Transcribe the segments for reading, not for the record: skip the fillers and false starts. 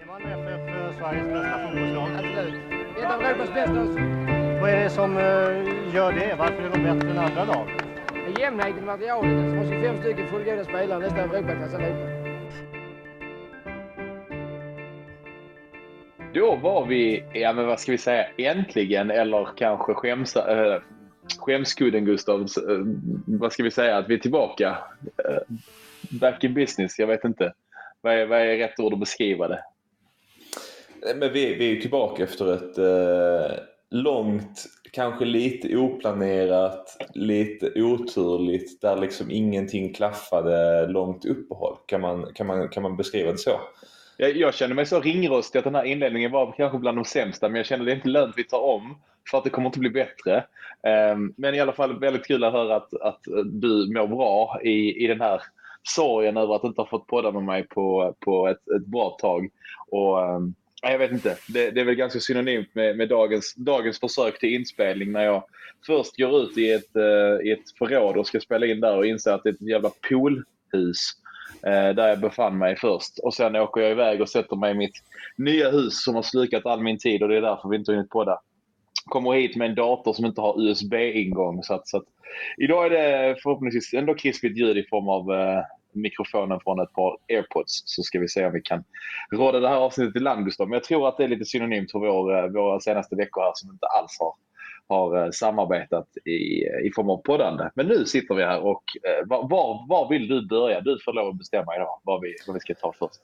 Malmö FF Sveriges bästa fotbollslag? Absolut. Ett av Europas bästa också. Vad är det som gör det? Varför är de bättre än andra lag? Jämnheten i materialet. Som har 25 stycken fullgoda spelare nästan Europaklass allihopa. Då var vi, ja men vad ska vi säga, äntligen, eller kanske skämskudden Gustav, vad ska vi säga, att vi är tillbaka. Back in business, jag vet inte. Vad är rätt ord att beskriva det? Men vi är tillbaka efter ett långt, kanske lite oplanerat, lite oturligt, där liksom ingenting klaffade, långt uppehåll. Kan man beskriva det så? Jag känner mig så ringrostig att den här inledningen var kanske bland de sämsta, men jag känner det är inte lönt vi tar om för att det kommer inte bli bättre. Men i alla fall väldigt kul att höra att du mår bra i den här sorgen över att inte ha fått podda med mig på ett bra tag. Och jag vet inte, det är väl ganska synonymt med dagens försök till inspelning, när jag först går ut i ett förråd och ska spela in där och inser att det är ett jävla poolhus där jag befann mig först. Och sen åker jag iväg och sätter mig i mitt nya hus som har slukat all min tid, och det är därför vi inte har hunnit podda. Kommer hit med en dator som inte har USB-ingång, så att idag är det förhoppningsvis ändå krispigt ljud i form av mikrofonen från ett par AirPods, så ska vi se om vi kan råda det här avsnittet i land, Gustav. Men jag tror att det är lite synonymt för våra senaste veckor här som inte alls har samarbetat i form av poddande. Men nu sitter vi här och var vill du börja? Du får lov att bestämma idag vad vi ska ta först.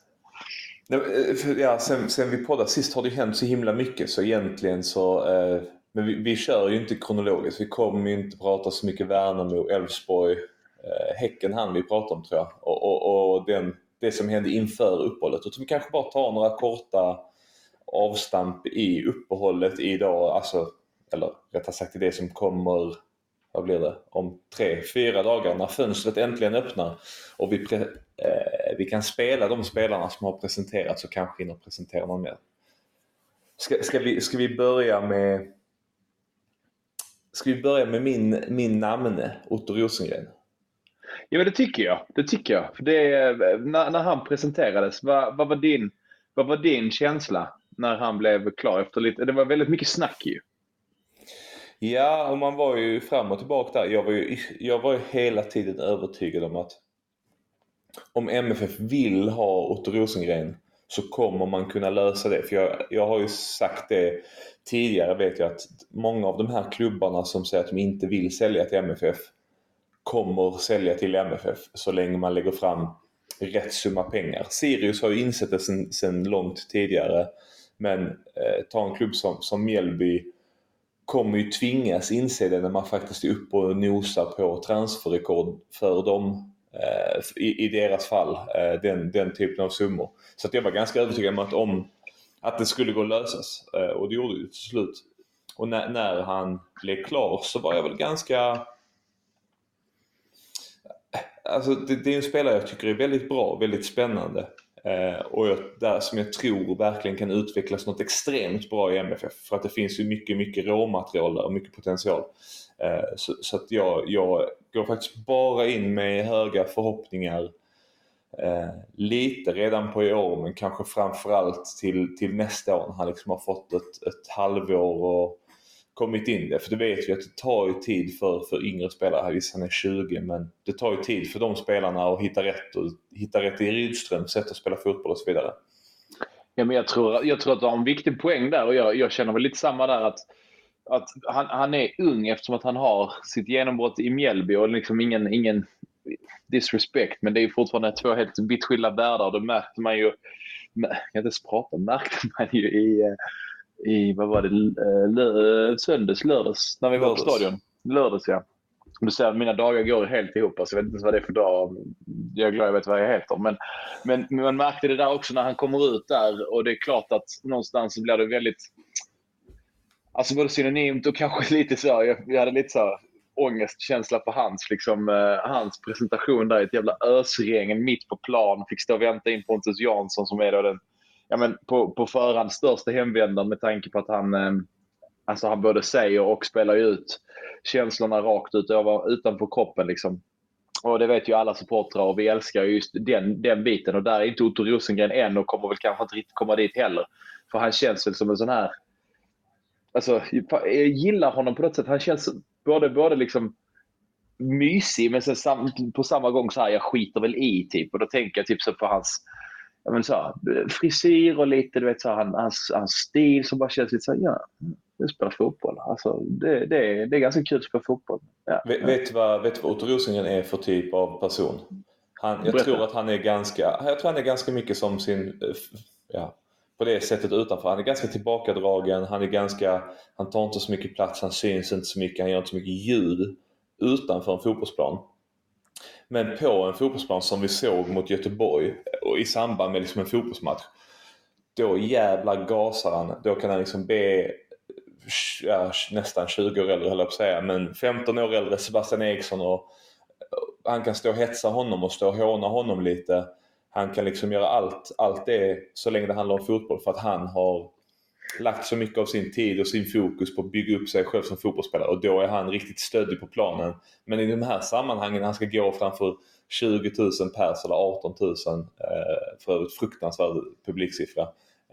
Ja, sen vi poddade sist har det hänt så himla mycket, så egentligen så men vi kör ju inte kronologiskt. Vi kommer ju inte prata så mycket Värnamo, Elfsborg, Häcken han vi pratar om, tror jag. Och det som hände inför uppehållet. Och vi kanske bara tar några korta avstamp i uppehållet idag, alltså, eller rättare sagt i det som kommer, vad blir det, om 3-4 dagar när fönstret äntligen öppnar och vi kan spela de spelarna som har presenterats och kanske hinner presentera någon mer. Ska vi börja med min namne, Otto Rosengren? Ja, men det tycker jag. För när han presenterades, vad var din känsla när han blev klar efter lite? Det var väldigt mycket snack ju. Ja, och man var ju fram och tillbaka där. Jag var ju hela tiden övertygad om att om MFF vill ha Otto Rosengren så kommer man kunna lösa det. För jag har ju sagt det tidigare, vet jag, att många av de här klubbarna som säger att de inte vill sälja till MFF kommer sälja till MFF så länge man lägger fram rätt summa pengar. Sirius har ju insett det sen långt tidigare, men ta en klubb som Mjällby kommer ju tvingas inse det när man faktiskt är uppe och nosar på transferrekord för dem i deras fall, den typen av summor. Så att jag var ganska övertygad om att det skulle gå att lösas, och det gjorde det till slut. Och när han blev klar så var jag väl ganska... Alltså det är en spelare jag tycker är väldigt bra, väldigt spännande. Och där som jag tror verkligen kan utvecklas något extremt bra i MFF. För att det finns ju mycket råmaterial där och mycket potential. Så att jag går faktiskt bara in med höga förhoppningar. Lite redan på i år, men kanske framförallt till nästa år när han liksom har fått ett halvår och kommit in det. För det vet vi att det tar ju tid för yngre spelare. Visst, han är 20, men det tar ju tid för de spelarna att hitta rätt i Rydströms sätt att spela fotboll och så vidare. Ja, men jag tror att du har en viktig poäng där, och jag känner väl lite samma där, att han är ung eftersom att han har sitt genombrott i Mjällby, och liksom ingen disrespect, men det är ju fortfarande två helt vitt skilda världar. Det märkte man ju i vad var det, lördags när vi var på stadion. Lördags, ja. Du säger att mina dagar går helt ihop, alltså jag vet inte vad det är för dag. Jag är glad jag vet vad jag heter, men man märkte det där också när han kommer ut där, och det är klart att någonstans så blir det väldigt, alltså både synonymt och kanske lite så, jag hade lite så ångestkänsla på hans presentation där i ett jävla ösregn mitt på plan, fick stå och vänta in Pontus Jansson som är då den, ja men på förhand största hemvändaren, med tanke på att han både säger och spelar ut känslorna rakt ut utanför kroppen liksom. Och det vet ju alla supportrar och vi älskar just den biten. Och där är inte Otto Rosengren än och kommer väl kanske inte riktigt komma dit heller. För han känns väl som en sån här... Alltså, jag gillar honom på något sätt. Han känns både liksom mysig men sen på samma gång så här, jag skiter väl i typ. Och då tänker jag typ så på hans frisyr och lite, du vet så här, hans stil som bara känns lite så här, ja, det spelar fotboll. Alltså, det är ganska kul att spela fotboll. Ja. Vet du vad Otto Rosengren är för typ av person? Jag tror han är ganska mycket som sin, på det sättet utanför. Han är ganska tillbakadragen, han tar inte så mycket plats, han syns inte så mycket, han gör inte så mycket ljud utanför en fotbollsplan. Men på en fotbollsplan som vi såg mot Göteborg och i samband med liksom en fotbollsmatch, då jävla gasar han. Då kan han liksom be nästan 20 år äldre, höll jag på att säga, men 15 år äldre Sebastian Eriksson, och han kan stå och hetsa honom och stå och håna honom lite. Han kan liksom göra allt det så länge det handlar om fotboll, för att han har lagt så mycket av sin tid och sin fokus på att bygga upp sig själv som fotbollsspelare, och då är han riktigt stöddig på planen. Men i de här sammanhangen han ska gå framför 20 000 pers eller 18 000 för ett fruktansvärd publiksiffra,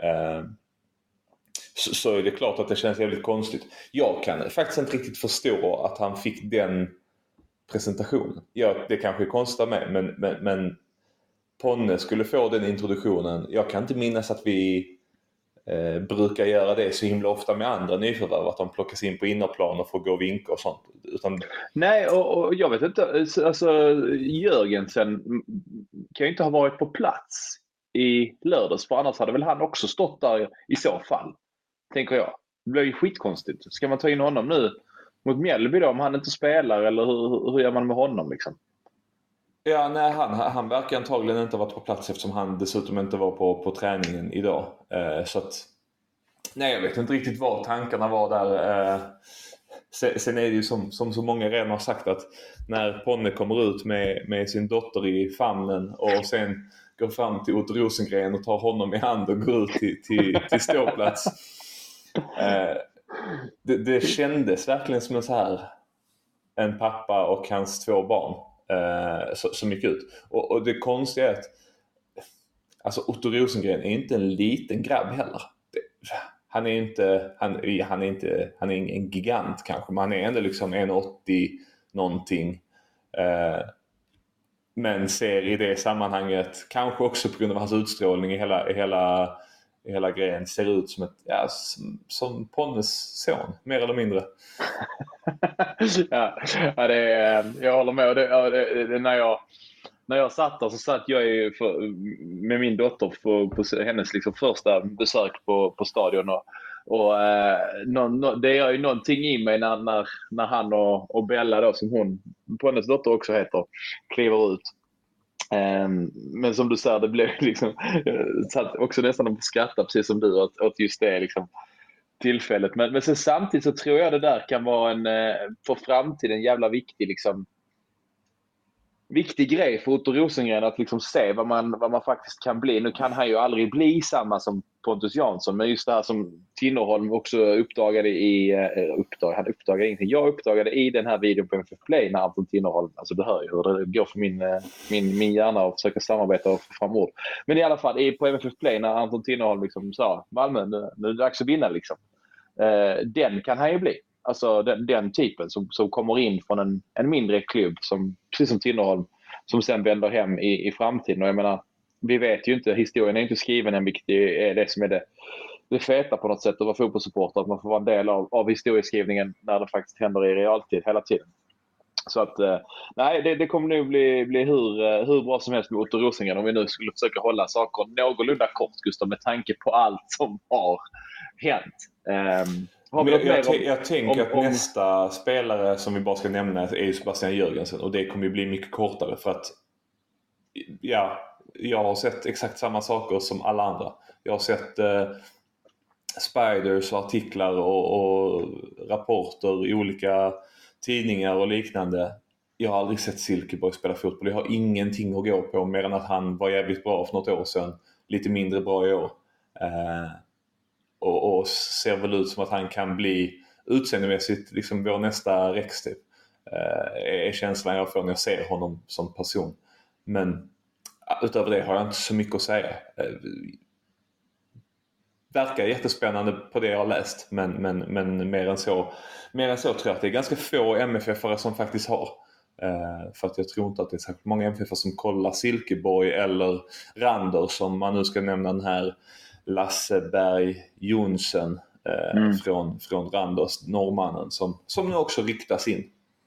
så är det klart att det känns jävligt konstigt. Jag kan faktiskt inte riktigt förstå att han fick den presentationen. Ja, det kanske är konstigt med, men Ponne skulle få den introduktionen. Jag kan inte minnas att vi brukar göra det så himla ofta med andra nyförvärv, att de plockas in på innerplan och får gå och vinka och sånt. Nej, och jag vet inte, alltså Jörgensen kan ju inte ha varit på plats i lördags, för annars hade väl han också stått där i så fall, tänker jag. Det blir ju skitkonstigt. Ska man ta in honom nu mot Mjällby då, om han inte spelar, eller hur gör man med honom liksom? Ja, nej, han verkar antagligen inte ha varit på plats, eftersom han dessutom inte var på träningen idag. Så att, nej, jag vet inte riktigt vad tankarna var där. Sen är det ju som så många redan har sagt, att när Ponne kommer ut med sin dotter i famnen och sen går fram till Otto Rosengren och tar honom i hand och går ut till ståplats. Det kändes verkligen som en pappa och hans 2 barn som gick ut. Och det konstiga är att alltså Otto Rosengren är inte en liten grabb heller. Han är ingen gigant kanske, men han är ändå liksom 1,80 någonting. Men ser i det sammanhanget, kanske också på grund av hans utstrålning i hela grejen, ser ut som som Ponnes son, mer eller mindre. Ja, jag håller med. När jag satt där så satt jag med min dotter på hennes liksom första besök på stadion, och det gör ju någonting i mig när han och Bella då, som hon på hennes dotter också heter, kliver ut. Men som du säger, det blev liksom, jag satt också nästan och skrattade precis som du åt just det liksom tillfället. Men sen samtidigt så tror jag det där kan vara för framtiden jävla viktig grej för Otto Rosengren, att liksom se vad man faktiskt kan bli. Nu kan han ju aldrig bli samma som Pontus Jansson, men just det här som Tinnerholm också uppdagade han uppdagade ingenting. Jag uppdagade i den här videon på MFF Play när Anton Tinnerholm, alltså det hör ju hur det går för min hjärna att försöka samarbeta och få fram ord. Men i alla fall på MFF Play när Anton Tinnerholm liksom sa, Malmö, nu är det dags att vinna liksom. Den kan han ju bli. Alltså den typen som kommer in från en mindre klubb, precis som Tinnerholm, som sen vänder hem i framtiden. Och jag menar, vi vet ju inte, historien är inte skriven än, vilket är det som är det feta på något sätt att vara fotbollssupporter, att man får vara en del av historieskrivningen när det faktiskt händer i realtid hela tiden. Så att nej, det kommer nog bli hur bra som helst med Otto Rosengren, om vi nu skulle försöka hålla saker någorlunda kort, Gustav, med tanke på allt som har hänt. Jag tänker att nästa spelare som vi bara ska nämna är Sebastian Jörgensen, och det kommer ju bli mycket kortare, för att jag har sett exakt samma saker som alla andra. Jag har sett spiders och artiklar och rapporter i olika tidningar och liknande. Jag har aldrig sett Silkeborg spela fotboll. Jag har ingenting att gå på mer än att han var jävligt bra för något år sedan, lite mindre bra i år. Och ser väl ut som att han kan bli utseendemässigt liksom vår nästa Rex typ. är känslan jag får när jag ser honom som person. Men utöver det har jag inte så mycket att säga. Verkar jättespännande på det jag har läst, men mer än så tror jag att det är ganska få MFF-are som faktiskt har. För att jag tror inte att det är särskilt många MFF-are som kollar Silkeborg eller Randers, som man nu ska nämna den här Lasse Berg Jonsen från Randers, norrmannen, som nu också riktas in.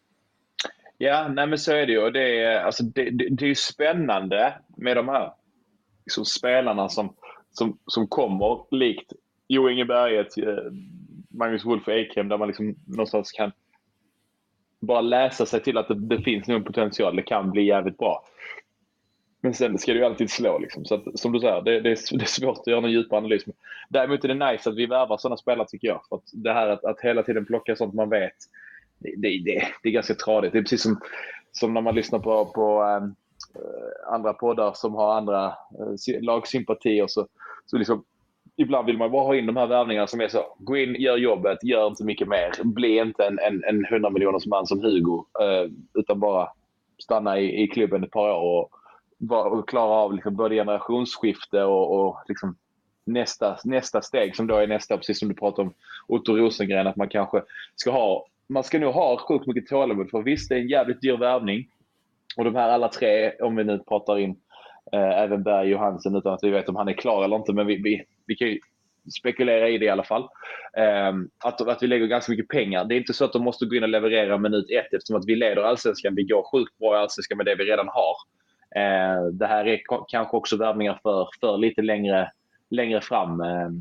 Ja, nej men så är det ju. Det är ju spännande med de här liksom, spelarna som kommer likt Jo Inge Berget, Magnus Wolf och Ekhem, där man liksom någonstans kan bara läsa sig till att det finns någon potential. Det kan bli jävligt bra. Men sen ska det ju alltid slå. Liksom. Så att, som du säger, det är svårt att göra någon djup analys. Däremot är det nice att vi värvar sådana spelare, tycker jag. För att det här att hela tiden plocka sånt man vet, det är ganska tradigt. Det är precis som när man lyssnar på andra poddar som har andra lagsympatier. Så liksom, ibland vill man bara ha in de här värvningarna som är så: gå in, gör jobbet, gör inte mycket mer. Bli inte en 100 miljoners man som Hugo, utan bara stanna i klubben ett par år och klara av liksom både generationsskifte och liksom nästa steg, som då är nästa, precis som du pratade om Otto Rosengren, att man kanske man ska nog ha sjukt mycket tålamod, för visst, det är en jävligt dyr värvning. Och de här alla tre, om vi nu pratar in även Berg Johansen, utan att vi vet om han är klar eller inte, men vi kan ju spekulera i det i alla fall. Att vi lägger ganska mycket pengar. Det är inte så att de måste gå in och leverera minut 1, eftersom att vi leder allsvenskan. Vi går sjukt bra i allsvenskan med det vi redan har. Det här är kanske också värvningar för lite längre fram,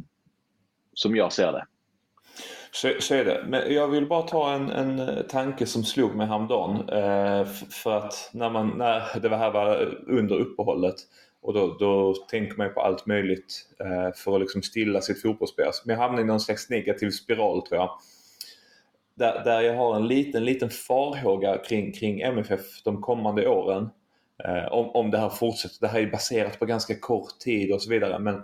som jag ser det. Så är det. Men jag vill bara ta en tanke som slog mig häromdagen. För att när det här var under uppehållet, och då tänker man på allt möjligt för att liksom stilla sitt fotbollsspel. Men jag hamnar i någon slags negativ spiral, tror jag. Där jag har en liten farhåga kring MFF de kommande åren. Om det här fortsätter. Det här är baserat på ganska kort tid och så vidare. Men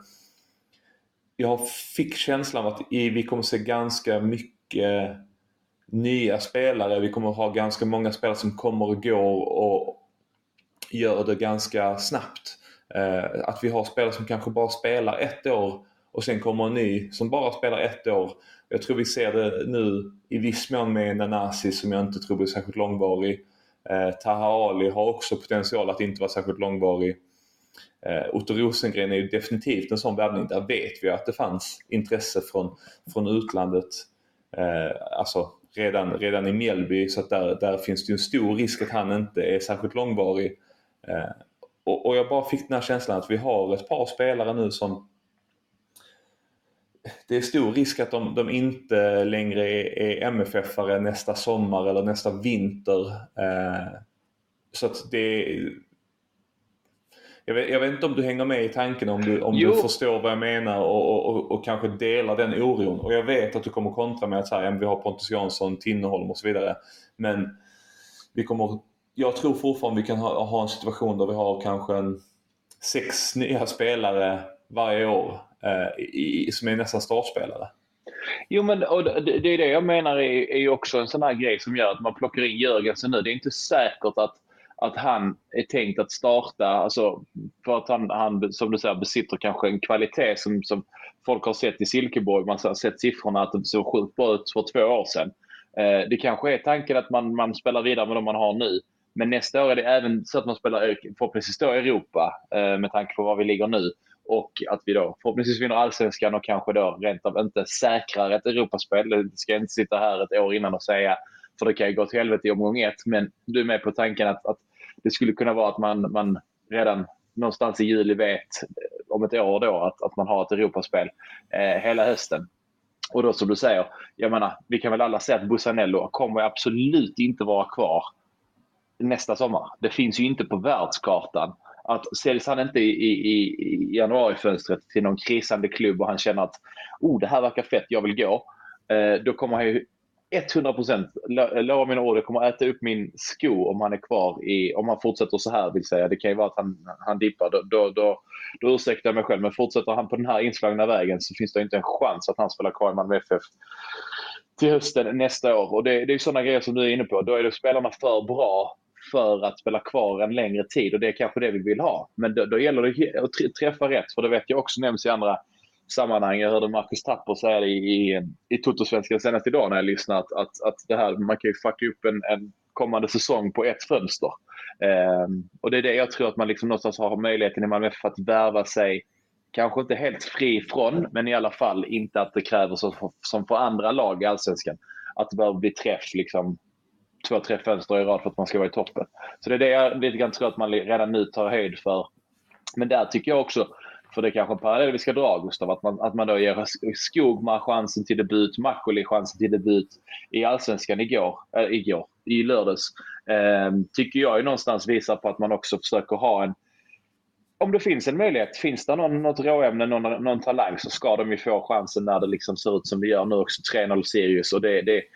jag fick känslan av att vi kommer se ganska mycket nya spelare. Vi kommer ha ganska många spelare som kommer och går och gör det ganska snabbt. Att vi har spelare som kanske bara spelar 1 år och sen kommer en ny som bara spelar 1 år. Jag tror vi ser det nu i viss mån med Nanasi, som jag inte tror blir särskilt långvarig. Taha Ali har också potential att inte vara särskilt långvarig. Otto Rosengren är ju definitivt en sån värvning. Där vet vi att det fanns intresse från utlandet, alltså redan i Mjällby, så att där finns det ju en stor risk att han inte är särskilt långvarig. Och jag bara fick den här känslan att vi har ett par spelare nu som det är stor risk att de inte längre är MFF-are nästa sommar eller nästa vinter. Så att jag vet inte om du hänger med i tanken, om du förstår vad jag menar och kanske delar den oron. Och jag vet att du kommer kontra med att säga vi har Pontus Jansson, Tinnerholm och så vidare. Men jag tror fortfarande vi kan ha en situation där vi har kanske 6 nya spelare varje år som är nästan startspelare. Jo, men och det är det jag menar är ju också en sån här grej som gör att man plockar in Jörgensen nu. Det är inte säkert att han är tänkt att starta, alltså, för att han som du säger besitter kanske en kvalitet som folk har sett i Silkeborg. Man har sett siffrorna att det såg sjukt bra ut för 2 år sedan. Det kanske är tanken att man spelar vidare med de man har nu. Men nästa år är det även så att man spelar förhoppningsvis då i Europa, med tanke på var vi ligger nu. Och att vi då förhoppningsvis vinner allsvenskan och kanske då rent av inte säkrar ett Europaspel. Det ska inte sitta här ett år innan och säga, för det kan ju gå till helvete i omgång 1. Men du är med på tanken att det skulle kunna vara att man redan någonstans i juli vet om ett år då att man har ett Europaspel hela hösten. Och då som du säger, jag menar, vi kan väl alla säga att Bussanello kommer absolut inte vara kvar nästa sommar. Det finns ju inte på världskartan. Att säljs han inte i januarifönstret till någon krisande klubb och han känner att det här verkar fett, jag vill gå. Då kommer han ju 100%, lovar mina ord, det kommer äta upp min sko om han är kvar om han fortsätter så här, vill säga. Det kan ju vara att han dippar, då ursäktar jag mig själv. Men fortsätter han på den här inslagna vägen så finns det inte en chans att han spelar kvar i Malmö FF till hösten nästa år. Och det är ju sådana grejer som du är inne på. Då är det spelarna för bra för att spela kvar en längre tid, och det är kanske det vi vill ha. Men då gäller det att träffa rätt, för det vet jag också nämns i andra sammanhang. Jag hörde Marcus Tapper säga det i Toto-svenskan senast idag när jag lyssnade, att det här, man kan ju fucka upp en kommande säsong på ett fönster. Och det är det jag tror att man liksom någonstans har möjligheten i Malmö FF att värva sig, kanske inte helt fri från, men i alla fall inte att det kräver som för andra lag i Allsvenskan, att det behöver bli träff liksom 2-3 fönster i rad för att man ska vara i toppen. Så det är det jag lite grann tror att man redan nu tar höjd för. Men där tycker jag också, för det är kanske en parallell vi ska dra, Gustav, att man då ger Skogmar chansen till debut, Makoli chansen till debut i Allsvenskan i lördags. Tycker jag ju någonstans visar på att man också försöker ha en, om det finns en möjlighet, finns det något råämne, någon talang, så ska de ju få chansen när det liksom ser ut som det gör nu också, 3-0 Sirius. Och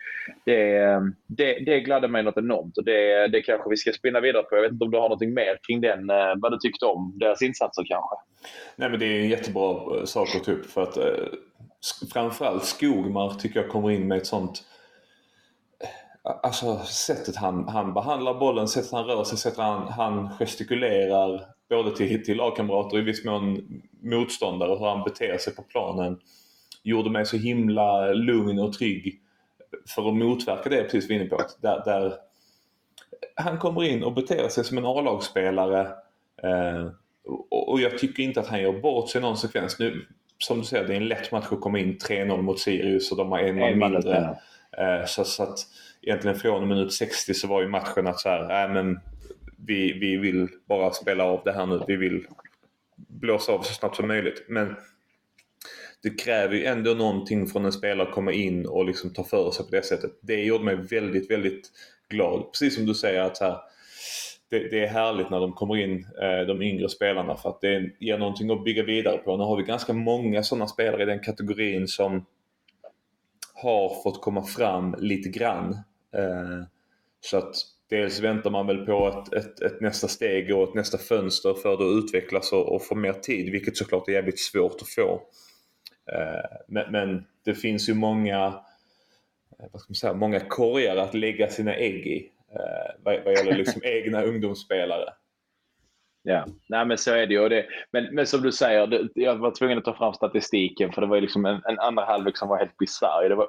det gladde mig något enormt, och det kanske vi ska spinna vidare på. Jag vet inte om du har något mer kring den, vad du tyckte om deras insatser kanske. Nej, men det är en jättebra sak att ta upp, för att framförallt Skogmar tycker jag kommer in med ett sånt, alltså sättet han behandlar bollen, sättet han rör sig, sättet han gestikulerar både till lagkamrater och i viss mån motståndare, och hur han beter sig på planen gjorde mig så himla lugn och trygg, för att motverka det precis vi är inne på, att där han kommer in och beter sig som en A-lagsspelare, och jag tycker inte att han gör bort sig någon sekvens. Nu, som du säger, det är en lätt match att komma in 3-0 mot Sirius och de har en man mindre. Så att egentligen från minut 60 så var ju matchen att så här, men vi vill bara spela av det här nu. Vi vill blåsa av så snabbt som möjligt. Men det kräver ju ändå någonting från en spelare att komma in och liksom ta för sig på det sättet. Det gjorde mig väldigt, väldigt glad. Precis som du säger, att här, det är härligt när de kommer in, de yngre spelarna, för att det ger någonting att bygga vidare på. Nu har vi ganska många sådana spelare i den kategorin som har fått komma fram lite grann. Så att dels väntar man väl på ett nästa steg och ett nästa fönster för att utvecklas och få mer tid, vilket såklart är jävligt svårt att få. Men det finns ju många korgar att lägga sina ägg i, vad gäller liksom egna ungdomsspelare. Ja, nej, men så är det ju. Men som du säger, jag var tvungen att ta fram statistiken, för det var ju liksom en andra halvlek som var helt bisarr. Det var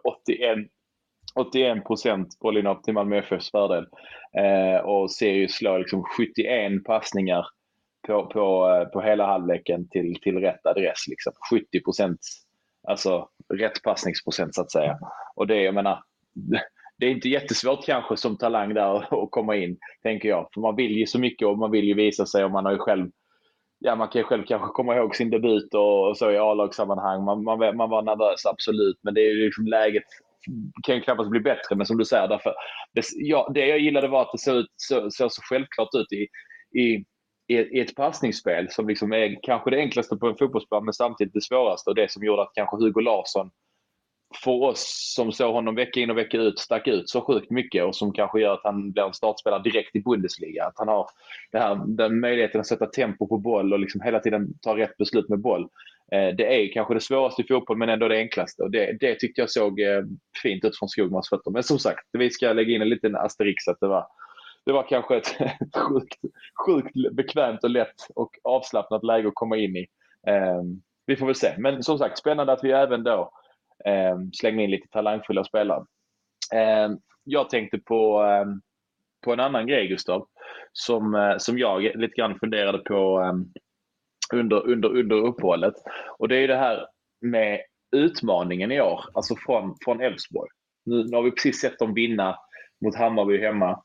81% bollinnehav till Malmö FFs fördel, och Sirius slår liksom 71 passningar på hela halvleken till rätt adress, liksom 70%, alltså rätt passningsprocent så att säga. Och det, jag menar, det är inte jättesvårt kanske som talang där att komma in, tänker jag. För man vill ju så mycket och man vill ju visa sig, och man har ju själv, man kan ju själv kanske komma ihåg sin debut och så i A-lagssammanhang. Man var nervös, absolut, men det är ju liksom, läget kan ju knappast bli bättre. Men som du säger, därför, det jag gillade var att det såg så självklart ut i ett passningsspel som liksom är kanske det enklaste på en fotbollsplan, men samtidigt det svåraste, och det som gjorde att kanske Hugo Larsson, för oss som såg honom vecka in och vecka ut, stack ut så sjukt mycket, och som kanske gör att han blir en startspelare direkt i Bundesliga. Att han har den möjligheten att sätta tempo på boll och liksom hela tiden ta rätt beslut med boll. Det är kanske det svåraste i fotboll, men ändå det enklaste. Och det tyckte jag såg fint ut från Skogmars fötter. Men som sagt, vi ska lägga in en liten asterix att det var kanske ett sjukt bekvämt och lätt och avslappnat läge att komma in i. Vi får väl se. Men som sagt, spännande att vi även då slänger in lite talangfulla spelare. Jag tänkte på en annan grej, Gustav, som jag lite grann funderade på under uppehållet. Och det är det här med utmaningen i år, alltså från Elfsborg. Nu har vi precis sett dem vinna mot Hammarby hemma.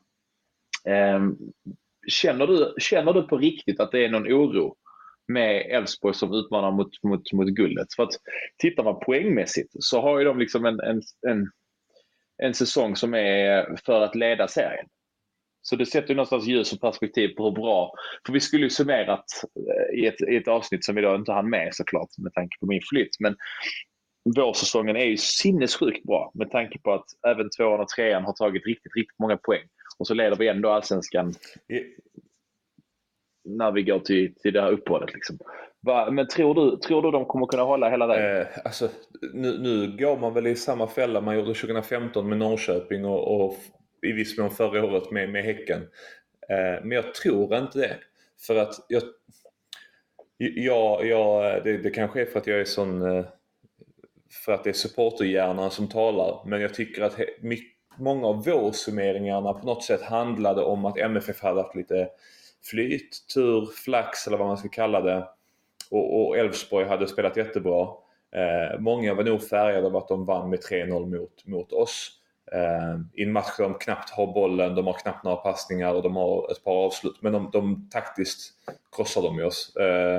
Känner du på riktigt att det är någon oro med Elfsborg som utmanar mot guldet? För att tittar man poängmässigt så har ju de liksom en säsong som är för att leda serien. Så det sätter ju någonstans ljus och perspektiv på hur bra. För vi skulle ju summerat i ett avsnitt som vi då inte hann med, såklart, med tanke på min flytt. Men vårsäsongen är ju sinnessjukt bra med tanke på att även 2an och 3an har tagit riktigt, riktigt många poäng. Och så leder vi ändå Allsvenskan. när vi går till det här uppehållet liksom. Men tror du de kommer kunna hålla hela vägen? Alltså, nu går man väl i samma fälla man gjorde 2015 med Norrköping och i viss mån förra året med Häcken. Men jag tror inte det. För att det kanske är för att jag är sån, för att det är supporterhjärnan som talar. Men jag tycker att många av vårsummeringarna på något sätt handlade om att MFF hade haft lite flyt, tur, flax eller vad man ska kalla det. Och Elfsborg hade spelat jättebra. Många var nog färgade av att de vann med 3-0 mot oss. I en match där de knappt har bollen, de har knappt några passningar och de har ett par avslut. Men de taktiskt krossar de oss.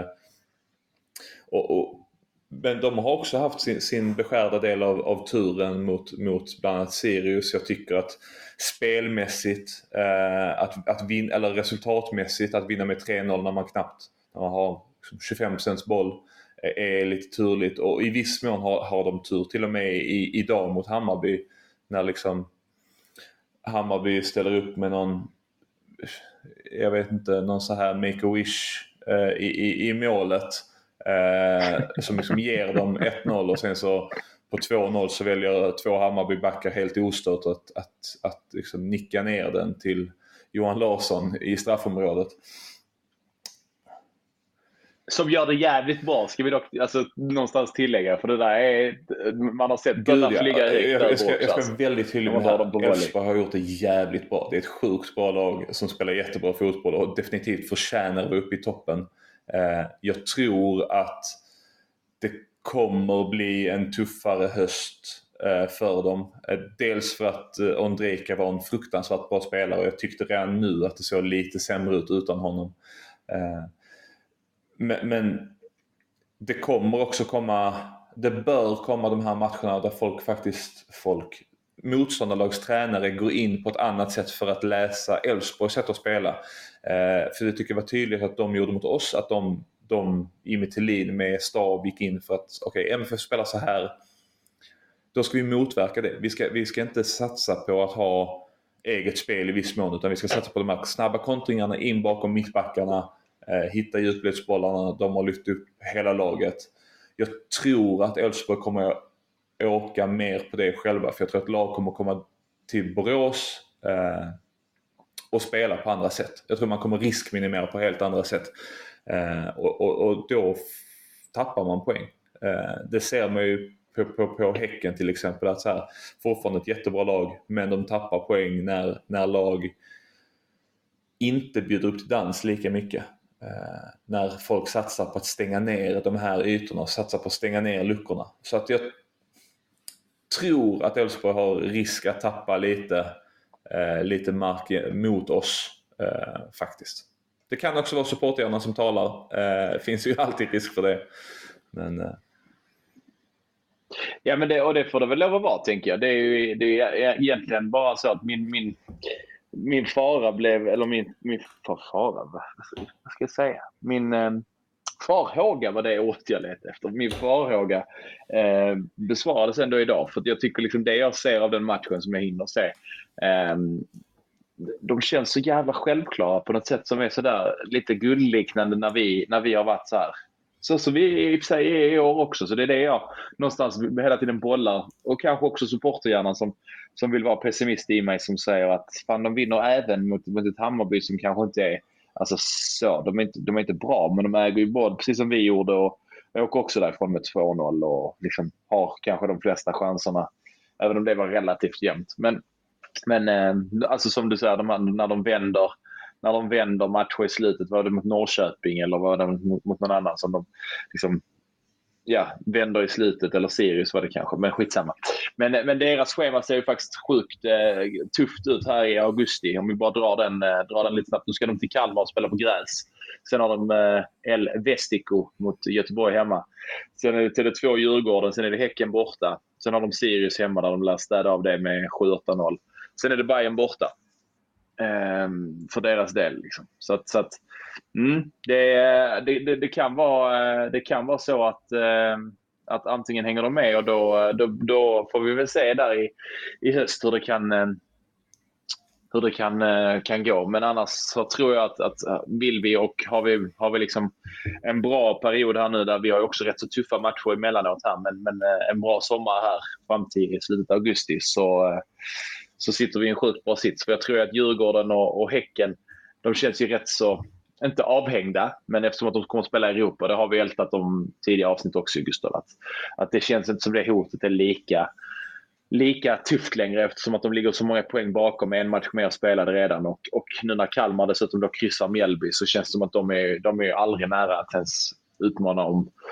Men de har också haft sin beskärda del av turen mot bland annat Sirius. Jag tycker att spelmässigt, att vinna, eller resultatmässigt, att vinna med 3-0 när man har 25% boll är lite turligt. Och i viss mån har de tur. Till och med idag mot Hammarby, när liksom Hammarby ställer upp med någon, jag vet inte, någon så här make-a-wish i målet. Som liksom ger dem 1-0 och sen så på 2-0 så väljer 2 Hammarby-backar helt ostört att liksom nicka ner den till Johan Larsson i straffområdet. Som gör det jävligt bra, ska vi dock någonstans tillägga, för det där är, man har sett bollar flyga högt. Jag ska vara väldigt tydlig med det. Elfsborg har gjort det jävligt bra. Det är ett sjukt bra lag som spelar jättebra fotboll och definitivt förtjänar att vara uppe i toppen. Jag tror att det kommer bli en tuffare höst för dem. Dels för att Ondrejka var en fruktansvärt bra spelare och jag tyckte redan nu att det såg lite sämre ut utan honom. Men det kommer också det bör komma de här matcherna där motståndarlags tränare går in på ett annat sätt för att läsa Elfsborgs sätt att spela. För det tycker jag var tydligt att de gjorde mot oss, att de Jimmy Tillin med stab gick in för att MFF spelar så här, då ska vi motverka det. Vi ska inte satsa på att ha eget spel i viss mån, utan vi ska satsa på de här snabba kontringarna in bakom mittbackarna, hitta djupledsbollarna. De har lyft upp hela laget. Jag tror att Elfsborg kommer att åka mer på det själva, för jag tror att lag kommer komma till Borås och spela på andra sätt. Jag tror man kommer riskminimera på helt andra sätt. Och då tappar man poäng. Det ser man ju på Häcken till exempel, att så här, fortfarande ett jättebra lag, men de tappar poäng när lag inte bjuder upp till dans lika mycket. När folk satsar på att stänga ner de här ytorna och satsar på att stänga ner luckorna. Så att jag tror att Elfsborg har risk att tappa lite mark mot oss faktiskt. Det kan också vara supporterna som talar. Det finns ju alltid risk för det. Men ja, men det får det väl lov att vara, tänker jag. Det är egentligen bara så att min fara blev, eller min fara, vad ska jag säga? Min farhåga var det åt jag letade efter. Min farhåga besvarades ändå idag, för att jag tycker liksom det jag ser av den matchen som jag hinner se, de känns så jävla självklara på något sätt som är sådär lite guldliknande när vi har varit så här. Så vi i och för sig är i år också. Så det är det jag någonstans hela tiden bollar. Och kanske också supporterhjärnan som vill vara pessimist i mig, som säger att fan, de vinner även mot ett Hammarby som kanske inte är, alltså så, de är inte bra, men de äger ju boll precis som vi gjorde, och jag åker också därifrån med 2-0 och liksom har kanske de flesta chanserna, även om det var relativt jämnt. Men alltså som du säger, när de vänder matcher i slutet, var det mot Norrköping eller var det mot någon annan som de liksom, vänder i slutet, eller Sirius var det kanske, men skitsamma. Men deras schema ser ju faktiskt sjukt tufft ut här i augusti. Om vi bara drar den lite snabbt. Nu ska de till Kalmar och spela på gräs. Sen har de El Vestico mot Göteborg hemma. Sen är det 2 Djurgården, sen är det Häcken borta. Sen har de Sirius hemma där de lär städa av det med 7-8-0. Sen är det Bayern borta. För deras del liksom. Så att det kan vara så att antingen hänger de med, och då får vi väl se där i höst hur det kan gå. Men annars så tror jag att vill vi och har vi liksom en bra period här nu där vi har också rätt så tuffa matcher emellanåt här, men en bra sommar här fram till slutet av augusti så sitter vi i en sjukt bra sits. För jag tror att Djurgården och Häcken, de känns ju rätt så, inte avhängda, men eftersom att de kommer att spela i Europa, det har vi ältat om tidigare avsnitt också, Gustav, att det känns inte som det hotet är lika tufft längre, eftersom att de ligger så många poäng bakom med en match mer spelade redan, och nu när Kalmar dessutom då kryssar Mjällby, så känns det som att de är aldrig nära att ens utmana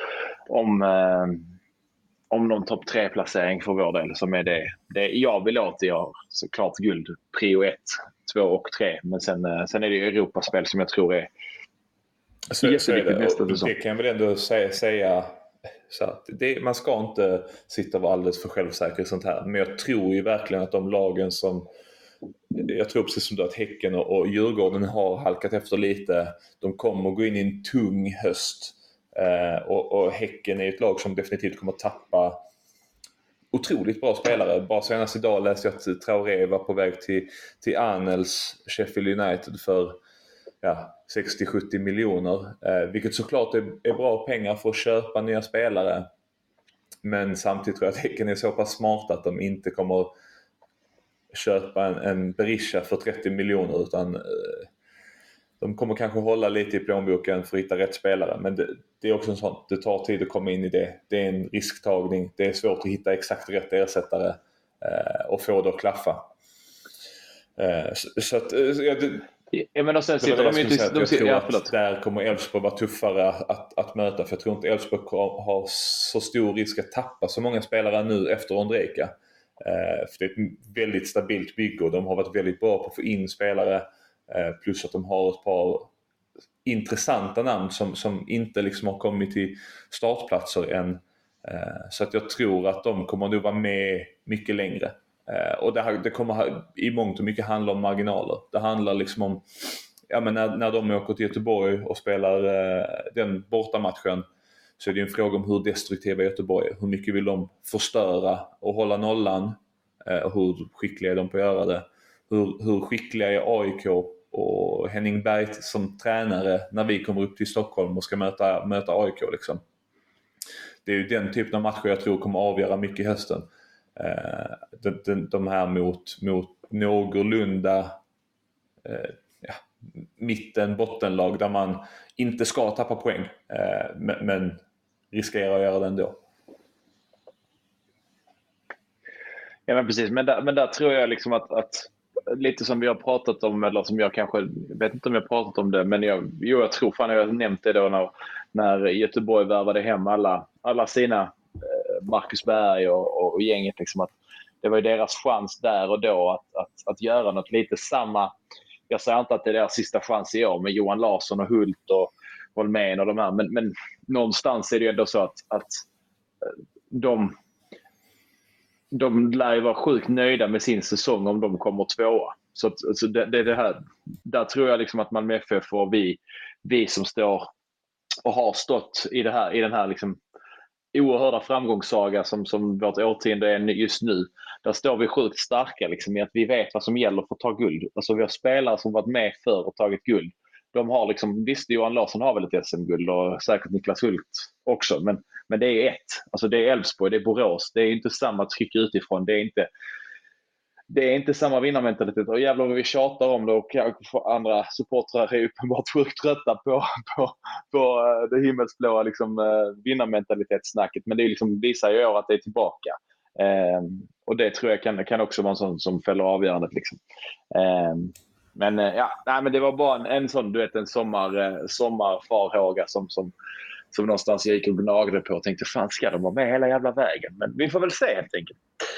om någon topp 3-placering för vår del, som är det jag vill åt. Jag såklart guld, prio 1, 2 och 3, men sen är det ju Europaspel som jag tror är jätteviktigt nästa säsong. Det kan jag väl ändå säga så att man ska inte sitta och vara alldeles för självsäker i sånt här, men jag tror ju verkligen att de lagen som, jag tror precis som du att Häcken och Djurgården har halkat efter lite, de kommer att gå in i en tung höst. Och Häcken är ett lag som definitivt kommer att tappa otroligt bra spelare. Bara senast idag läste jag att Traoré var på väg till Arnells Sheffield United för 60-70 miljoner. Vilket såklart är bra pengar för att köpa nya spelare. Men samtidigt tror jag att Häcken är så pass smart att de inte kommer att köpa en Berisha för 30 miljoner, utan de kommer kanske hålla lite i plånboken för att hitta rätt spelare. Men det är också en sån, det tar tid att komma in i det. Det är en risktagning. Det är svårt att hitta exakt rätt ersättare och få det att klaffa. Så att men sen sitter där kommer Elfsborg vara tuffare att möta. För jag tror inte Elfsborg har så stor risk att tappa så många spelare nu efter Ondrejka. För det är ett väldigt stabilt bygge och de har varit väldigt bra på att få in spelare. Plus att de har ett par intressanta namn som inte liksom har kommit till startplatser än. Så att jag tror att de kommer nog vara med mycket längre. Och det kommer i mångt och mycket handla om marginaler. Det handlar liksom om men när de åker till Göteborg och spelar den bortamatchen, så är det en fråga om hur destruktiva Göteborg är. Hur mycket vill de förstöra och hålla nollan? Hur skickliga är de på att göra det? Hur skickliga är AIK och Henning Berg som tränare när vi kommer upp till Stockholm och ska möta AIK liksom. Det är ju den typen av matcher jag tror kommer avgöra mycket i hösten. De här mot någorlunda mitten, bottenlag där man inte ska tappa poäng, men riskerar att göra det ändå. Ja, men precis. Men där tror jag liksom att lite som vi har pratat om, eller som jag kanske, vet inte om jag har pratat om det, men jag tror fan jag har nämnt det då när Göteborg värvade hem alla sina Marcus Berg och gänget liksom, att det var ju deras chans där och då att göra något lite samma. Jag säger inte att det är deras sista chans i år med Johan Larsson och Hult och Holmén och de här, men någonstans är det ju ändå så att de lär ju vara sjukt nöjda med sin säsong om de kommer tvåa. Så det här, där tror jag liksom att Malmö FF och vi som står och har stått i den här liksom oerhörda framgångssaga som vårt årtionde är just nu. Där står vi sjukt starka liksom, i att vi vet vad som gäller för att ta guld. Alltså vi har spelare som varit med för och tagit guld. De har liksom, visst Johan Larsson har väl ett SM-guld och säkert Niklas Hult också, men det är alltså det är Elfsborg, det är Borås, det är inte samma tryck utifrån, det är inte samma vinnarmentalitet. Och jävlar vad vi tjatar om det, och andra supportrar är uppenbart sjukt trötta på det himmelsblåa liksom, vinnarmentalitetssnacket, men det är liksom, visar ju att det är tillbaka. Och det tror jag kan också vara en sån som fäller avgörandet liksom. Men men det var bara en sån, du vet, en sommarfarhåga som någonstans jag gick och gnagde på och tänkte, fan ska de vara med hela jävla vägen? Men vi får väl se helt enkelt.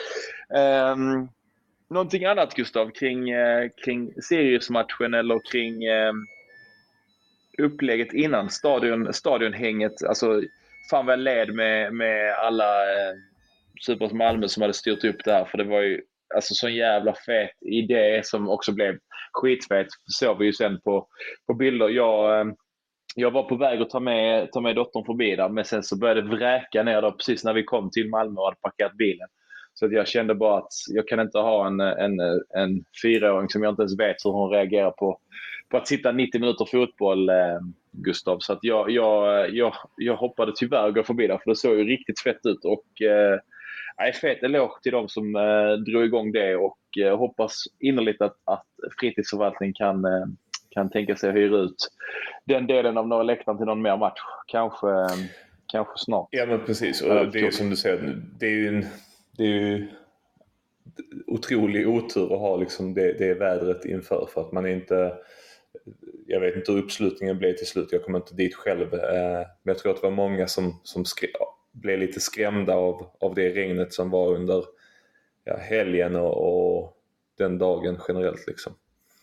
Någonting annat, Gustav, kring Sirius-matchen eller kring upplägget innan stadionhänget? Alltså fan väl led med alla Supers Malmö som hade styrt upp det här, för det var ju alltså sån jävla fet idé som också blev skitfet. Såg vi ju sen på bilder. Jag var på väg att ta med dottern förbi där, men sen så började det vräka ner då precis när vi kom till Malmö och hade parkerat bilen. Så att jag kände bara att jag kan inte ha en 4-åring som jag inte ens vet hur hon reagerar på att sitta 90 minuter fotboll, Gustav. Så att jag hoppade tyvärr gå förbi där, för det såg ju riktigt fett ut. Och fet eloge till dem som drog igång det, och hoppas innerligt att fritidsförvaltningen kan tänka sig att hyra ut den delen av Norra läktaren till någon mer match. Kanske snart. Ja, men precis. Och det är som du säger, det är ju otrolig otur att ha liksom det vädret inför, för att man inte, jag vet inte hur uppslutningen blev till slut, jag kommer inte dit själv, men jag tror att det var många som blev lite skrämda av det regnet som var under helgen och den dagen generellt liksom.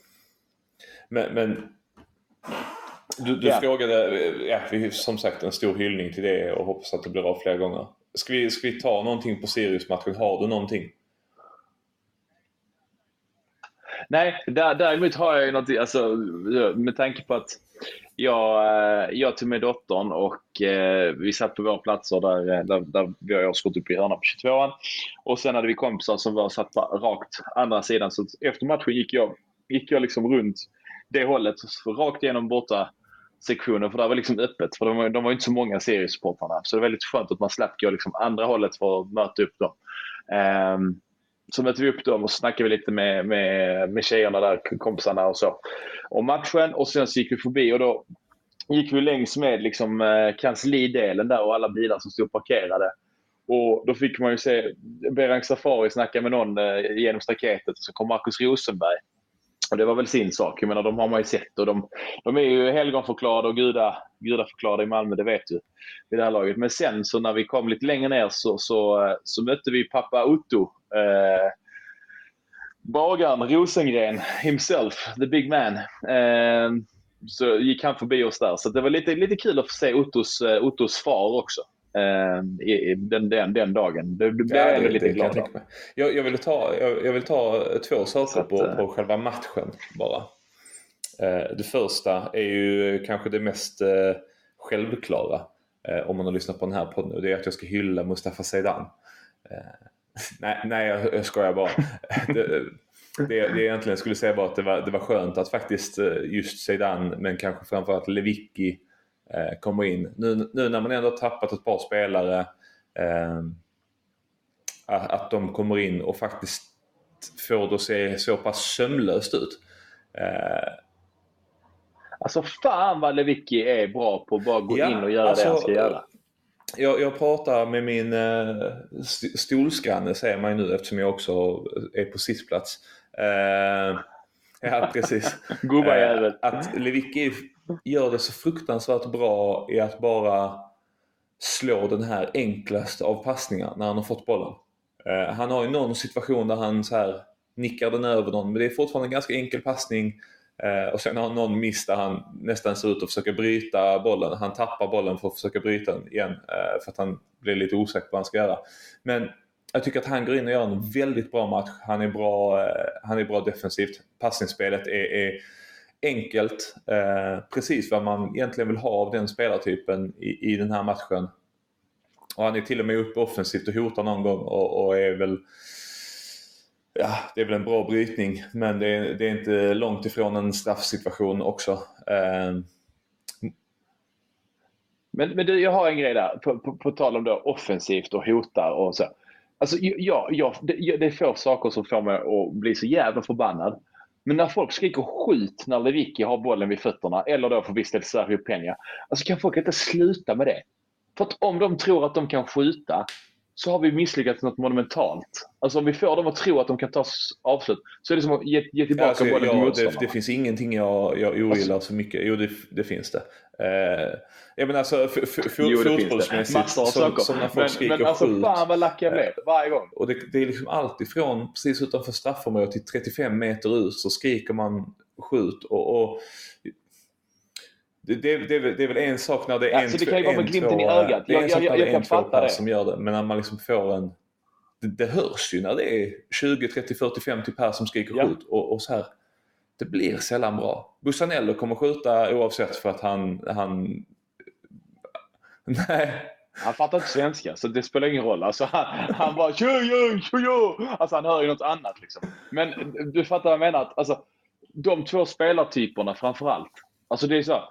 Men du frågade, som sagt, en stor hyllning till det och hoppas att det blir av flera gånger. Ska vi ta någonting på Sirius-matchen? Har du någonting? Nej, däremot har jag ju något, alltså, med tanke på att jag tog med dottern och vi satt på våra platser där vi har årskort upp i hörna på 22an, och sen hade vi kompisar som var satt på rakt andra sidan, så efter matchen gick jag liksom runt det hållet, rakt igenom borta sektionen, för det var liksom öppet, för de var inte så många seriesupportrarna, så det var väldigt skönt att man slapp gå liksom andra hållet för att möta upp dem. Så mötte vi upp dem och snackade vi lite med tjejerna där, kompisarna och så, om matchen, och sen så gick vi förbi och då gick vi längs med liksom kanslidelen där och alla bilar som stod parkerade, och då fick man ju se Berang Safari snacka med någon genom staketet, och så kom Marcus Rosenberg. Och det var väl sin sak. Jag menar, de har man ju sett, och de är ju helgonförklarade och gudaförklarade i Malmö, det vet du, vid det här laget. Men sen så när vi kom lite längre ner så mötte vi pappa Otto, bagaren Rosengren himself, the big man. Så gick han förbi oss där. Så det var lite kul att få se Ottos far också. Den dagen. Det blev jag lite glad av. Jag vill ta två saker på själva matchen bara. Det första är ju kanske det mest självklara, om man har lyssnat på den här podden, och det är att jag ska hylla Mustafa Zeidan. Nej, jag skojar bara. Det jag egentligen skulle säga bara att det var skönt att faktiskt just Zeidan, men kanske framförallt Lewicki, kommer in. Nu när man ändå har tappat ett par spelare, att de kommer in och faktiskt får det att se så pass sömlöst ut. Alltså fan vad Lewicki är bra på att bara gå in och göra det han ska göra. Jag pratar med min stolsgranne, säger man nu, eftersom jag också är på sittplats. Ja, precis. Att Lewicki gör det så fruktansvärt bra i att bara slå den här enklaste av passningar när han har fått bollen. Han har ju någon situation där han så här nickar den över någon, men det är fortfarande en ganska enkel passning. Och sen har någon miss där han nästan ser ut att försöka bryta bollen. Han tappar bollen för att försöka bryta den igen, för att han blir lite osäker på vad han ska göra. Men jag tycker att han går in och gör en väldigt bra match. Han är bra defensivt. Passningsspelet är enkelt. Precis vad man egentligen vill ha av den spelartypen i den här matchen. Och han är till och med uppe offensivt och hotar någon gång. Och är väl... Ja, det är väl en bra brytning. Men det är inte långt ifrån en straffsituation också. Men du, jag har en grej där. På tal om då offensivt och hotar och så. Alltså, det är få saker som får mig att bli så jävla förbannad. Men när folk skriker skjut när Lewicki har bollen vid fötterna, eller då för viss del Sergio Peña. Alltså, kan folk inte sluta med det? För att om de tror att de kan skjuta, så har vi misslyckats något monumentalt. Alltså om vi får dem att tro att de kan ta avslut, så är det som att ge tillbaka bollen till motståndarna. Det finns ingenting jag ogillar så mycket. Jo, det finns det. Jag menar alltså fotbollsmässigt som när folk skriker men alltså skjut. fan vad lack jag blev varje gång. Och det är liksom allt ifrån precis utanför straffområdet till 35 meter ut så skriker man skjut och det är väl en sak när det är alltså, det kan ju vara med glimten i ögat. Jag kan fatta det. Som gör det. Men när man liksom får en... Det hörs ju när det är 20, 30, 40, 50 pers som skriker skjut. Och så här, det blir sällan bra. Bussanello kommer skjuta oavsett för att han... Nej, Han fattar inte svenska, så det spelar ingen roll. Alltså, han bara tjo. Alltså han hör ju något annat liksom. Men du fattar vad jag menar. Att, alltså, de två spelartyperna framförallt. Alltså det är så.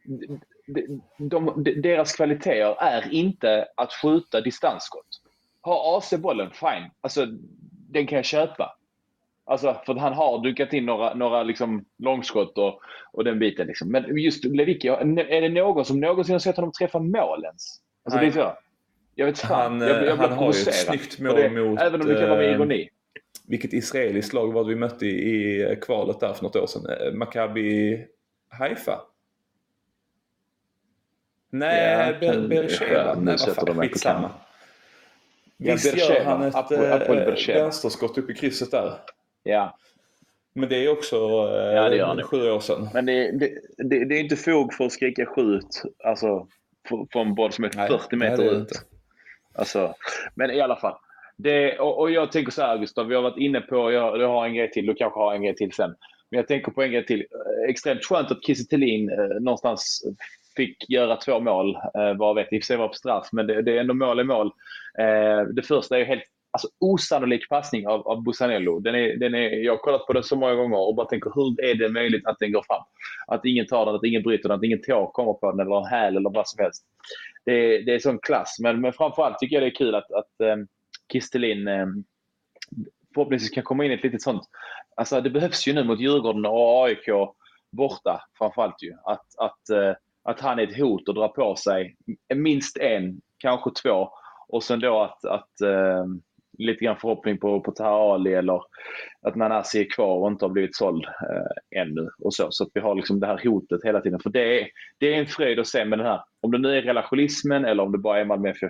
Deras kvaliteter är inte att skjuta distansskott. Har AC bollen, fine. Alltså den kan jag köpa. Alltså för att han har dukat in några liksom långskott och den biten liksom. Men just Lewicki, är det någon som någonsin har sett honom träffa mål ens? Alltså det är så. Jag vet fan. Jag han har ju ett snyggt mål mot... Även om det kan vara med ironi. Vilket israeliskt lag var det vi mötte i kvalet där för något år sedan? Maccabi Haifa? Nej, Beersheva. Nej, vad fan, skitsamma. Visst gör han ett vänsterskott upp i krysset där. Ja. Men det är också 7 år sedan. Men det är inte fog för att skrika skjut. Alltså på en boll som är 40 meter ut. Alltså, men i alla fall. Och jag tänker så här, Gustav, vi har varit inne på, jag har en grej till, du kanske har en grej till sen. Men jag tänker på en grej till. Extremt skönt att Kiese Thelin någonstans fick göra 2 mål. Vad vet, i och för sig var på straff, men det är ändå mål i mål. Det första är ju helt osannolik passning av Busanello. Jag har kollat på den så många gånger och bara tänker, hur är det möjligt att den går fram? Att ingen tar den, att ingen bryter den, att ingen tår kommer på den eller en häl eller vad som helst. Det är sån klass. Men framförallt tycker jag det är kul att Kiese Thelin förhoppningsvis kan komma in i ett litet sånt. Alltså det behövs ju nu mot Djurgården och AIK borta framförallt ju. Att han är ett hot och drar på sig minst 1, kanske 2. Och sen då att lite grann förhoppning på Taha Ali eller att Nanasi är kvar och inte har blivit såld ännu. Och så att vi har liksom det här hotet hela tiden. För det är en fröjd att se med den här. Om det nu är relationismen eller om det bara är Malmö FF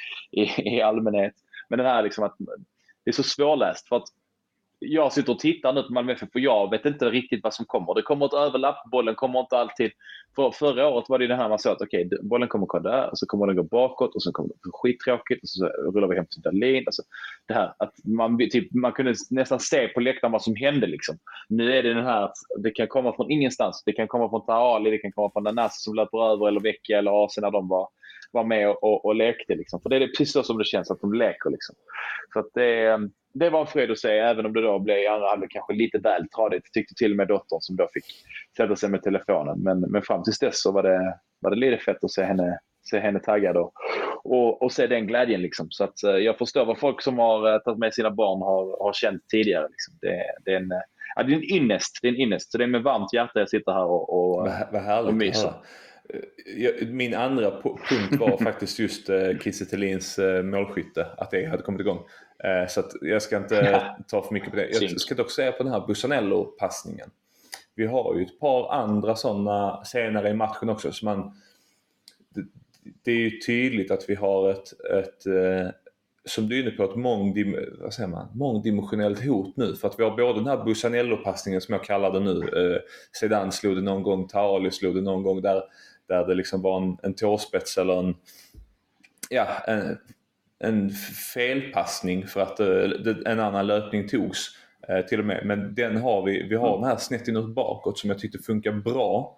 i allmänhet. Men den här liksom att det är så svårläst för att jag sitter och tittar nu på Malmö FF och jag vet inte riktigt vad som kommer. Det kommer ett överlapp, bollen kommer inte alltid. Förra året var det här man sa att okej, bollen kommer gå där och så kommer den gå bakåt och så kommer det skittråkigt och så rullar vi hem till Dahlin. Alltså, det här att man kunde nästan se på läktaren vad som hände liksom. Nu är det den här att det kan komma från ingenstans. Det kan komma från Taali, det kan komma från Nanasi som löper över eller Vecchia eller AC när de var med och lekte liksom. För det är precis så som det känns att de leker liksom. Så att det var en fred att säga, även om det då blev i andra halvlek kanske lite väl tradigt. Tyckte till och med dottern som då fick sätta sig med telefonen. Men fram tills dess så var det lite fett att se henne taggad och se den glädjen liksom. Så att jag förstår vad folk som har tagit med sina barn har känt tidigare liksom. Det är en ynnest. Så det är med varmt hjärta jag sitter här och myser. Min andra punkt var faktiskt just Kiese Thelins målskytte, att det hade kommit igång. Så att jag ska inte ta för mycket på det. Jag ska dock säga på den här Busanello-passningen. Vi har ju ett par andra sådana senare i matchen också. Så det är ju tydligt att vi har ett som du är inne på, ett mångdimensionellt hot nu. För att vi har både den här Busanello-passningen som jag kallar det nu. Sedan slog det någon gång, Taali slog det någon gång där det liksom var en tåspets eller en felpassning för att en annan löpning togs till och med. Men den har vi har den här snett inåt bakåt som jag tyckte funkar bra.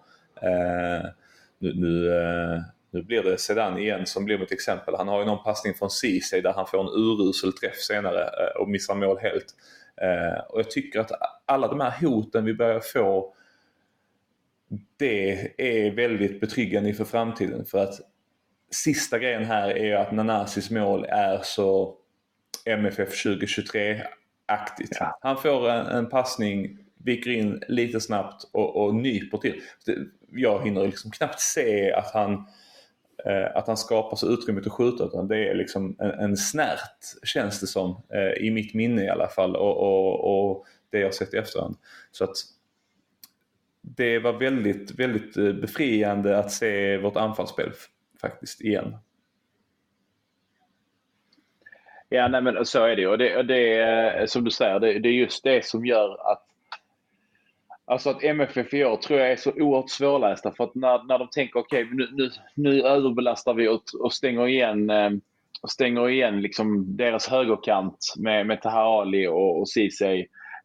Nu blir det Sedan igen som blir ett exempel. Han har ju någon passning från Ceesay där han får en urusel träff senare och missar mål helt. Och jag tycker att alla de här hoten vi börjar få, det är väldigt betryggande för framtiden. För att sista grejen här är att Nanasis mål är så MFF 2023-aktigt. Ja. Han får en passning, viker in lite snabbt och nyper till. Jag hinner liksom knappt se att han skapar så utrymmet att skjuta, utan det är liksom en snärt, känns det som, i mitt minne i alla fall, och det jag har sett i efterhand. Så att det var väldigt, väldigt befriande att se vårt anfallsspel faktiskt igen. Ja, nej, men så är det. Och det som du säger, det är just det som gör att MFF i år tror jag är så oerhört svårlästa. För att när de tänker okej, nu överbelastar vi och stänger igen liksom deras högerkant med Taha Ali och Ceesay,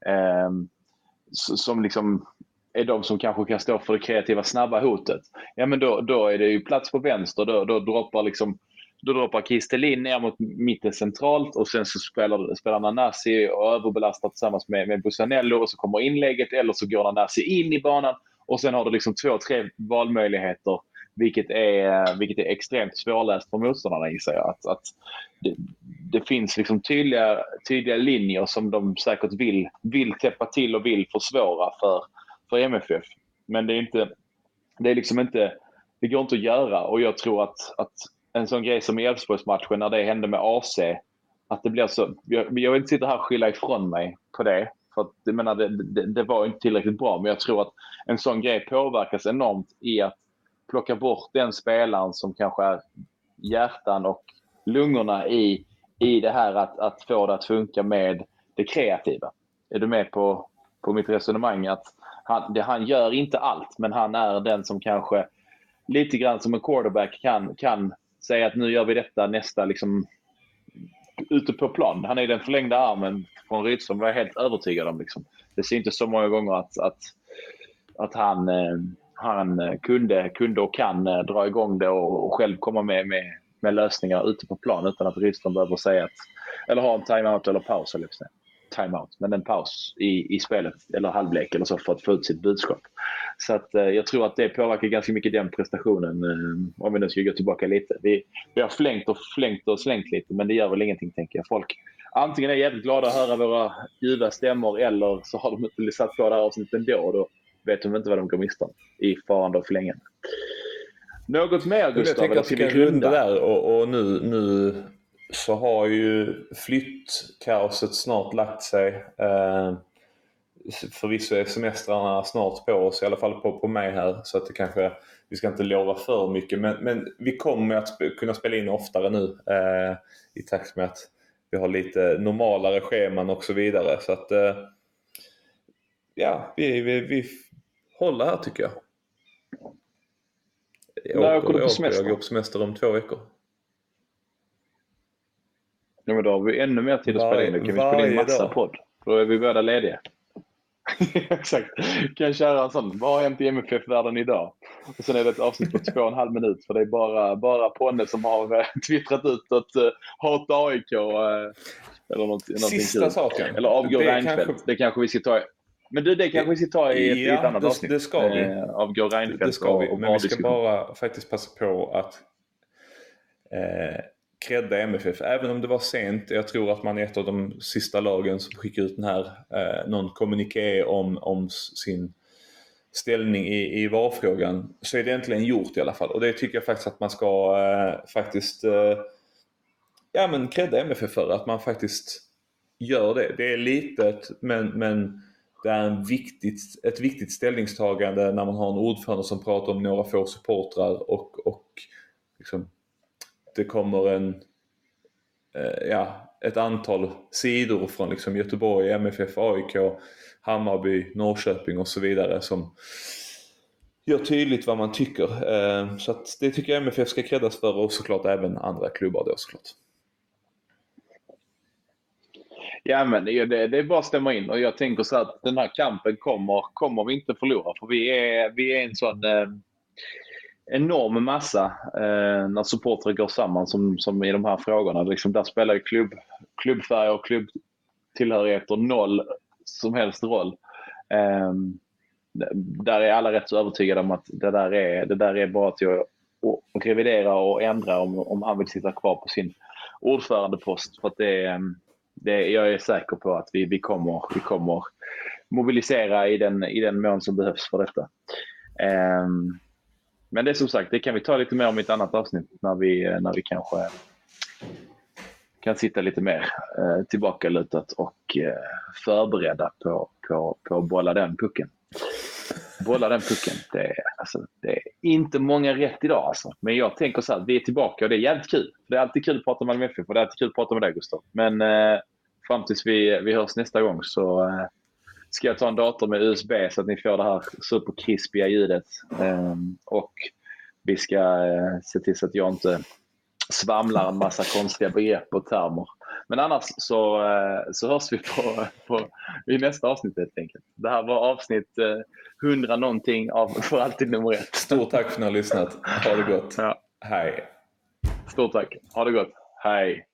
som liksom är de som kanske kan stå för det kreativa, snabba hotet. Ja, men då är det ju plats på vänster. Då droppar liksom Då droppar Kistelin ner mot mitten centralt och sen så spelar Nanasi och överbelastar tillsammans med Busanello och så kommer inlägget, eller så går Nanasi in i banan och sen har du liksom 2-3 valmöjligheter, vilket är extremt svårläst för motståndarna, gissar jag. Att det finns liksom tydliga linjer som de säkert vill täppa till och vill försvåra för MFF. Men det går inte att göra, och jag tror att en sån grej som i Elfsborgsmatchen när det hände med AC, att det blir så, jag vill inte sitta här och skylla ifrån mig på det, för att jag menar, det var inte tillräckligt bra, men jag tror att en sån grej påverkas enormt i att plocka bort den spelaren som kanske är hjärtan och lungorna i det här att få det att funka med det kreativa. Är du med på mitt resonemang? Att han gör inte allt, men han är den som kanske lite grann som en quarterback kan säga att nu gör vi detta nästa liksom ute på plan. Han är den förlängda armen från Rydström, var jag helt övertygad om. Liksom. Det ser inte så många gånger att han kunde och kan dra igång det och själv komma med lösningar ute på plan utan att Rydström behöver säga eller ha en timeout eller paus, eller timeout, men en paus i spelet eller halvlek eller så för att få ut sitt budskap. Så att jag tror att det påverkar ganska mycket den prestationen, om vi nu ska gå tillbaka lite. Vi har flängt och slängt lite, men det gör väl ingenting, tänker jag. Folk antingen är jävligt glada att höra våra ljuva stämmor, eller så har de inte satt på det här avsnittet ändå, och då vet de inte vad de går miste om i farande och förlängande. Något mer, Gustav? Jag tänker att vi kan runda där, och nu så har ju flyttkaoset snart lagt sig. Förvisso är semestrarna snart på oss, i alla fall på mig här, så att det kanske, vi ska inte lova för mycket, men vi kommer att kunna spela in oftare nu i takt med att vi har lite normalare scheman och så vidare, så att ja, vi håller här, tycker jag. Jag går på semester om 2 veckor. Ja, men då har vi ännu mer tid att spela in. Då kan vi spela in massa podd. Då är vi båda lediga. Exakt. Kan jag köra en sån, vad har hänt i MFF-världen idag? Och sen är det ett avsnitt på 2,5 minuter, för det är bara Ponne som har twittrat ut att hata AIK eller någonting. Sista saken. Eller avgå Reinfeldt. Det kanske vi ska ta. Men det kanske vi ska ta i ett annat avsnitt. Det ska vi. Avgå Reinfeldt. Det ska vi. Men vi ska bara faktiskt passa på att kredda MFF. Även om det var sent. Jag tror att man är ett av de sista lagen som skickar ut den här någon kommuniké om sin ställning i VAR-frågan. Så är det äntligen gjort i alla fall. Och det tycker jag faktiskt att man ska kredda MFF för. Att man faktiskt gör det. Det är litet, men det är ett viktigt ställningstagande när man har en ordförande som pratar om några få supportrar och liksom, det kommer ett antal sidor från liksom Göteborg, MFF, AIK, Hammarby, Norrköping och så vidare som gör tydligt vad man tycker. Så att det tycker jag MFF ska kreddas för, och såklart även andra klubbar då såklart. Ja, men det är bara att stämma in, och jag tänker så att den här kampen kommer vi inte förlora, för vi är en sån enorm massa när supportrar går samman som i de här frågorna. Liksom, där spelar ju klubbfärg och klubbtillhörigheter noll som helst roll. Där är alla rätt så övertygade om att det där är bara till att revidera och ändra om han vill sitta kvar på sin ordförandepost, för att jag är säker på att vi kommer mobilisera i den mån som behövs för detta. Men det är som sagt, det kan vi ta lite mer om i ett annat avsnitt när vi kanske kan sitta lite mer tillbakalutat och förberedda på att bolla den pucken. Det är inte många rätt idag alltså. Men jag tänker så här, vi är tillbaka och det är jävligt kul. Det är alltid kul att prata med MFF, och det är alltid kul att prata med dig, Gustav. Men fram tills vi hörs nästa gång så ska jag ta en dator med USB så att ni får det här superkrispiga ljudet. Och vi ska se till så att jag inte svamlar en massa konstiga begrepp och termer. Men annars så hörs vi i nästa avsnitt helt enkelt. Det här var avsnitt 100 någonting av För alltid nummer 1. Stort tack för att ni har lyssnat. Ha det gott. Ja. Hej. Stort tack. Ha det gott. Hej.